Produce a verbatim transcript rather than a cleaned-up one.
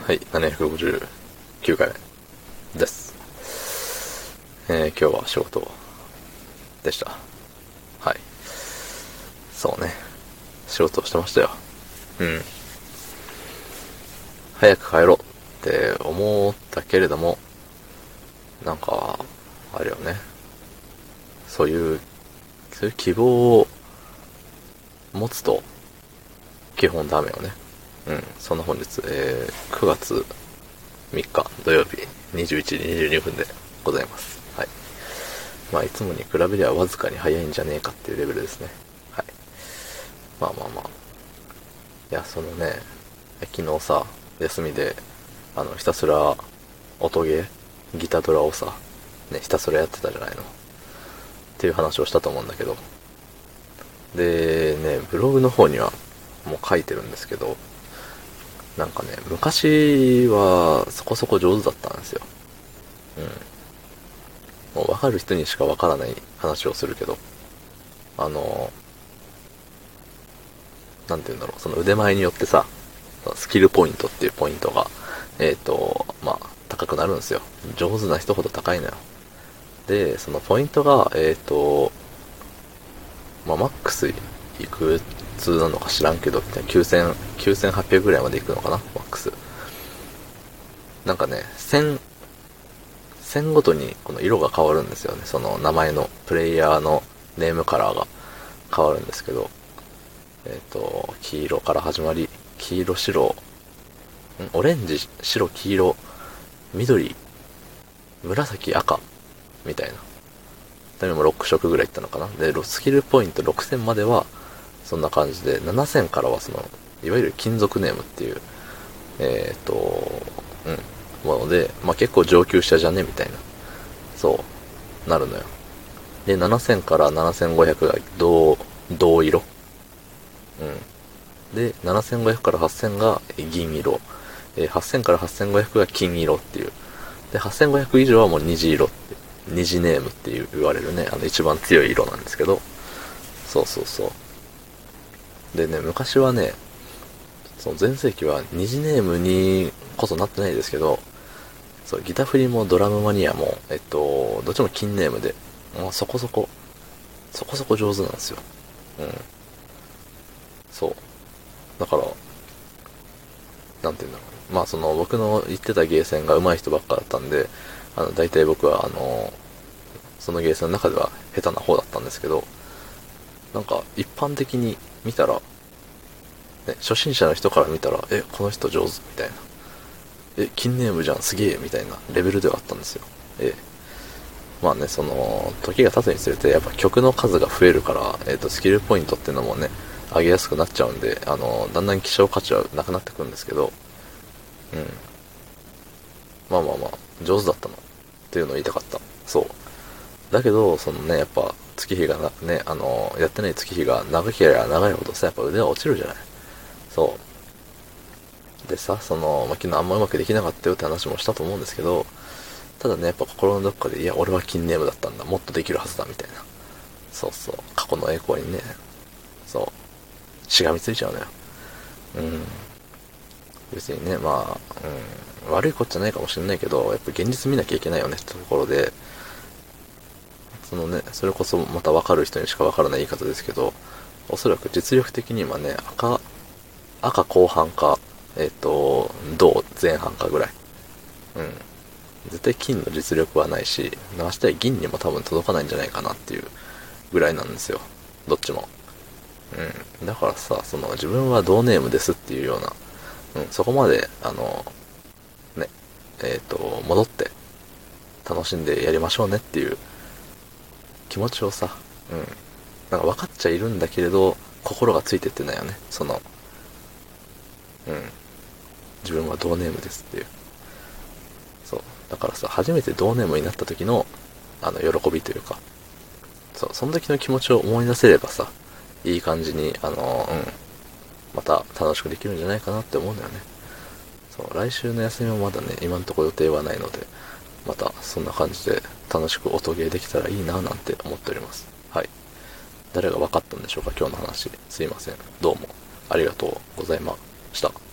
はい、ななひゃくごじゅうきゅうかいです。えー、今日は仕事でした。はい。そうね。仕事をしてましたよ。うん。早く帰ろうって思ったけれども、なんか、あれよね。そういう、そういう希望を持つと、基本ダメよね。うん。そんな本日、えー、くがつみっか土曜日にじゅういちじにじゅうにふんでございます。はい。まあ、いつもに比べりゃわずかに早いんじゃねえかっていうレベルですね。はい。まあまあまあ。いや、そのね、昨日さ、休みで、あの、ひたすら、音ゲー、ギタドラをさ、ね、ひたすらやってたじゃないの。っていう話をしたと思うんだけど。で、ね、ブログの方には、もう書いてるんですけど、なんかね、昔はそこそこ上手だったんですよ。うん。もう分かる人にしか分からない話をするけど、あの、なんて言うんだろう、その腕前によってさ、スキルポイントっていうポイントが、えっ、ー、と、まあ、高くなるんですよ。上手な人ほど高いのよ。で、そのポイントが、えっ、ー、と、まあ、マックスいくつなのか知らんけど、きゅうせん、きゅうせんはっぴゃくぐらいまでいくのかな、マックス。なんかね、せん、線ごとにこの色が変わるんですよね。その名前の、プレイヤーのネームカラーが変わるんですけど、えっ、ー、と、黄色から始まり、黄色、白、んオレンジ、白、黄色、緑、紫、赤、みたいな。でもろく色ぐらいいったのかな。で、スキルポイントろくせんまでは、そんな感じで、ななせんからはその、いわゆる金属ネームっていう、えっ、ー、と、うん、もので、まあ、結構上級者じゃねみたいな。そう、なるのよ。で、ななせんからななせんごひゃくが銅、銅色。うん。で、ななせんごひゃくからはっせんが銀色。えー、はっせんからはっせんごひゃくが金色っていう。で、はっせんごひゃく以上はもう虹色って、虹ネームっていう言われるね、あの一番強い色なんですけど、そうそうそう。でね、昔はね、その前世紀は虹ネームにこそなってないですけど、そう、ギターフリもドラムマニアも、えっと、どっちも金ネームで、まあ、そこそこ、そこそこ上手なんですよ。うん。そう。だから、なんて言うんだろう。まあその僕の言ってたゲーセンが上手い人ばっかだったんで、あの、大体僕はあの、そのゲーセンの中では下手な方だったんですけど、なんか一般的に見たら、ね、初心者の人から見たら、え、この人上手みたいな。え、金ネームじゃん、すげえみたいなレベルではあったんですよ。えまあね、その、時が経つにつれて、やっぱ曲の数が増えるから、えっ、ー、と、スキルポイントっていうのもね、上げやすくなっちゃうんで、あの、だんだん希少価値はなくなってくるんですけど、うん。まあまあまあ、上手だったの。っていうのを言いたかった。そう。だけど、そのね、やっぱ、月日がな、ね、あの、やってない月日が長ければ長いほどさ、やっぱ腕は落ちるじゃない。そう。でさ、その、まあ、昨日あんまうまくできなかったよって話もしたと思うんですけど、ただね、やっぱ心のどっかで、いや、俺は金ネームだったんだ。もっとできるはずだ、みたいな。そうそう。過去の栄光にね、そう、しがみついちゃうのよ。うん。別にね、まあ、うん、悪いことじゃないかもしれないけど、やっぱ現実見なきゃいけないよねってところで、そのね、それこそまた分かる人にしか分からない言い方ですけど、おそらく実力的にはね、赤、赤後半か、えっ、と、銅前半かぐらい。うん。絶対金の実力はないし、ましてや銀にも多分届かないんじゃないかなっていうぐらいなんですよ。どっちも。うん。だからさ、その自分は同ネームですっていうような、うん、そこまで、あの、ね、えっ、と、戻って楽しんでやりましょうねっていう気持ちをさ、うん。なんか分かっちゃいるんだけれど、心がついてってないよね。その、うん。自分は同ネームですっていう。そう。だからさ、初めて同ネームになった時の、あの、喜びというか、そう、その時の気持ちを思い出せればさ、いい感じに、あの、うん、また楽しくできるんじゃないかなって思うんだよね。そう、来週の休みもまだね、今んとこ予定はないので、またそんな感じで楽しく音ゲーできたらいいななんて思っております。はい。誰が分かったんでしょうか、今日の話。すいません。どうもありがとうございました。